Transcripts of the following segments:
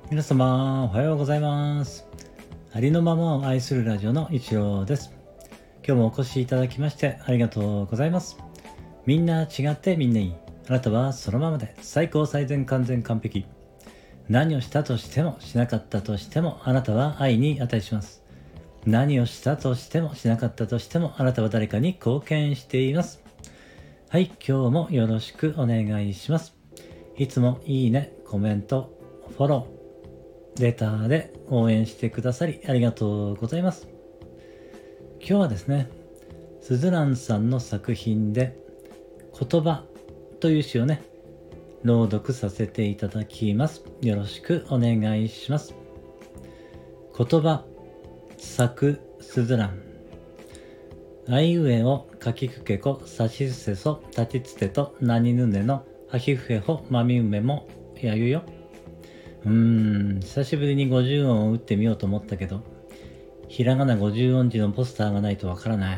皆様おはようございます。ありのままを愛するラジオの一郎です。今日もお越しいただきましてありがとうございます。みんな違ってみんないい。あなたはそのままで最高最善完全完璧。何をしたとしてもしなかったとしてもあなたは愛に値します。何をしたとしてもしなかったとしてもあなたは誰かに貢献しています。はい、今日もよろしくお願いします。いつもいいね、コメント、フォロー、レターで応援してくださりありがとうございます。今日はですね、すずらんさんの作品で言葉という詩をね、朗読させていただきます。よろしくお願いします。言葉、咲くすずらん。あいうえをかきくけこさしすせそたちつてとなにぬねのはひふへほまみうめもやゆよ。久しぶりに50音を打ってみようと思ったけど、ひらがな50音字のポスターがないとわからない。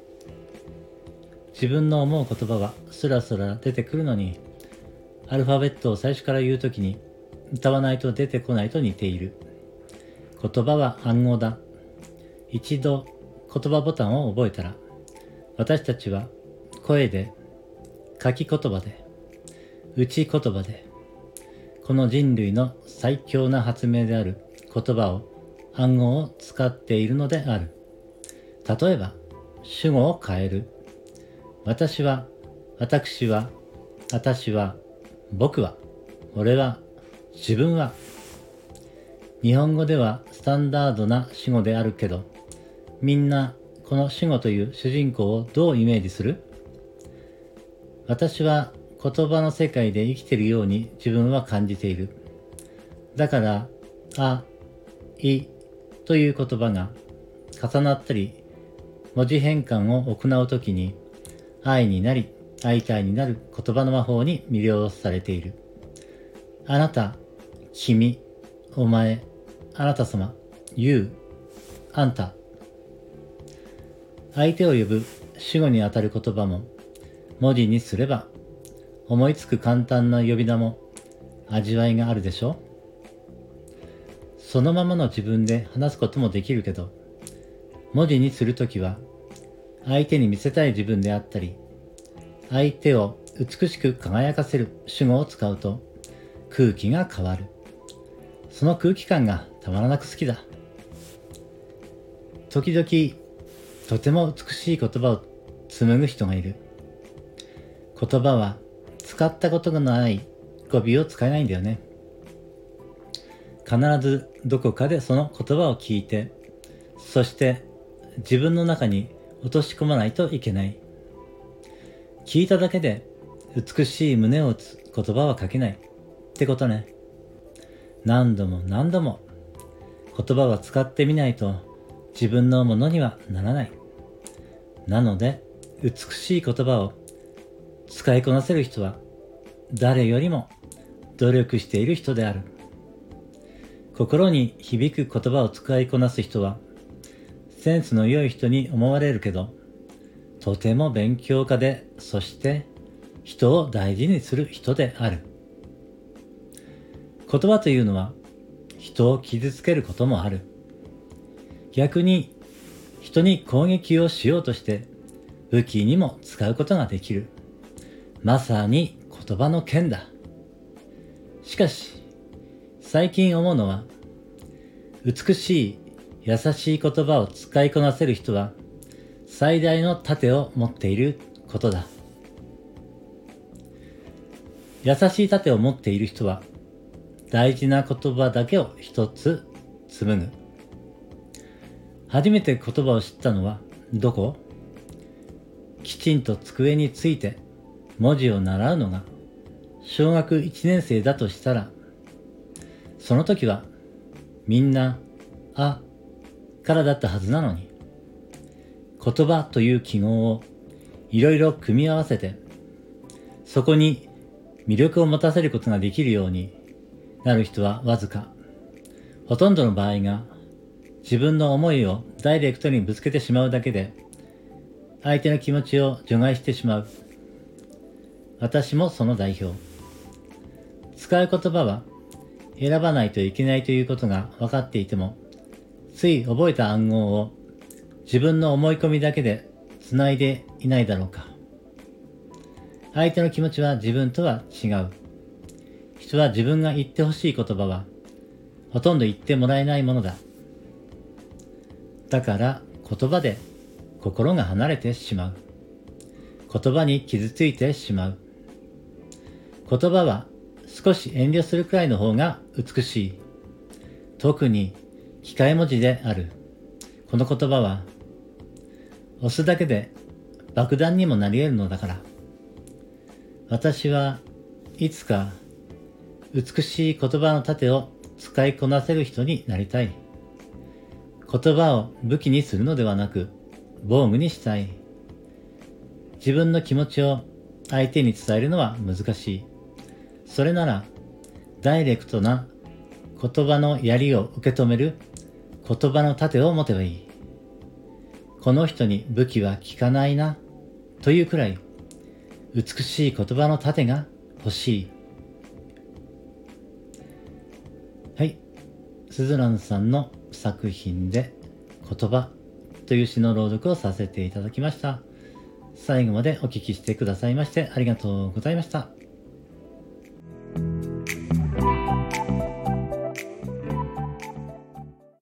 自分の思う言葉はスラスラ出てくるのに、アルファベットを最初から言うときに歌わないと出てこないと似ている。言葉は暗号だ。一度言葉ボタンを覚えたら、私たちは声で、書き言葉で、打ち言葉で、この人類の最強な発明である言葉を、暗号を使っているのである。例えば、主語を変える。私は、私は、私は、僕は、俺は、自分は。日本語ではスタンダードな主語であるけど、みんなこの主語という主人公をどうイメージする？私は言葉の世界で生きているように自分は感じている。だから、あ、いという言葉が重なったり、文字変換を行うときに、愛になり、会いたいになる言葉の魔法に魅了されている。あなた、君、お前、あなた様、you、あんた。相手を呼ぶ主語にあたる言葉も、文字にすれば、思いつく簡単な呼び名も、味わいがあるでしょ？そのままの自分で話すこともできるけど、文字にするときは、相手に見せたい自分であったり、相手を美しく輝かせる主語を使うと、空気が変わる。その空気感がたまらなく好きだ。時々、とても美しい言葉を紡ぐ人がいる。言葉は使ったことがない語尾を使えないんだよね。必ずどこかでその言葉を聞いて、そして自分の中に落とし込まないといけない。聞いただけで美しい胸を打つ言葉は書けないってことね。何度も何度も言葉は使ってみないと自分のものにはならない。なので美しい言葉を使いこなせる人は誰よりも努力している人である。心に響く言葉を使いこなす人はセンスの良い人に思われるけど、とても勉強家で、そして人を大事にする人である。言葉というのは人を傷つけることもある。逆に人に攻撃をしようとして武器にも使うことができる。まさに言葉の剣だ。しかし最近思うのは、美しい優しい言葉を使いこなせる人は最大の盾を持っていることだ。優しい盾を持っている人は大事な言葉だけを一つ紡ぐ。初めて言葉を知ったのはどこ？きちんと机について文字を習うのが小学1年生だとしたら、その時はみんなあからだったはずなのに、言葉という記号をいろいろ組み合わせて、そこに魅力を持たせることができるようになる人はわずか。ほとんどの場合が自分の思いをダイレクトにぶつけてしまうだけで、相手の気持ちを除外してしまう。私もその代表。使う言葉は選ばないといけないということが分かっていても、つい覚えた暗号を自分の思い込みだけでつないでいないだろうか。相手の気持ちは自分とは違う。人は自分が言ってほしい言葉はほとんど言ってもらえないものだ。だから言葉で心が離れてしまう。言葉に傷ついてしまう。言葉は少し遠慮するくらいの方が美しい。特に控え文字である。この言葉は押すだけで爆弾にもなり得るのだから。私はいつか美しい言葉の盾を使いこなせる人になりたい。言葉を武器にするのではなく防具にしたい。自分の気持ちを相手に伝えるのは難しい。それならダイレクトな言葉の槍を受け止める言葉の盾を持てばいい。この人に武器は効かないなというくらい美しい言葉の盾が欲しい。はい、スズランさんの作品で言葉という詩の朗読をさせていただきました。最後までお聞きしてくださいましてありがとうございました。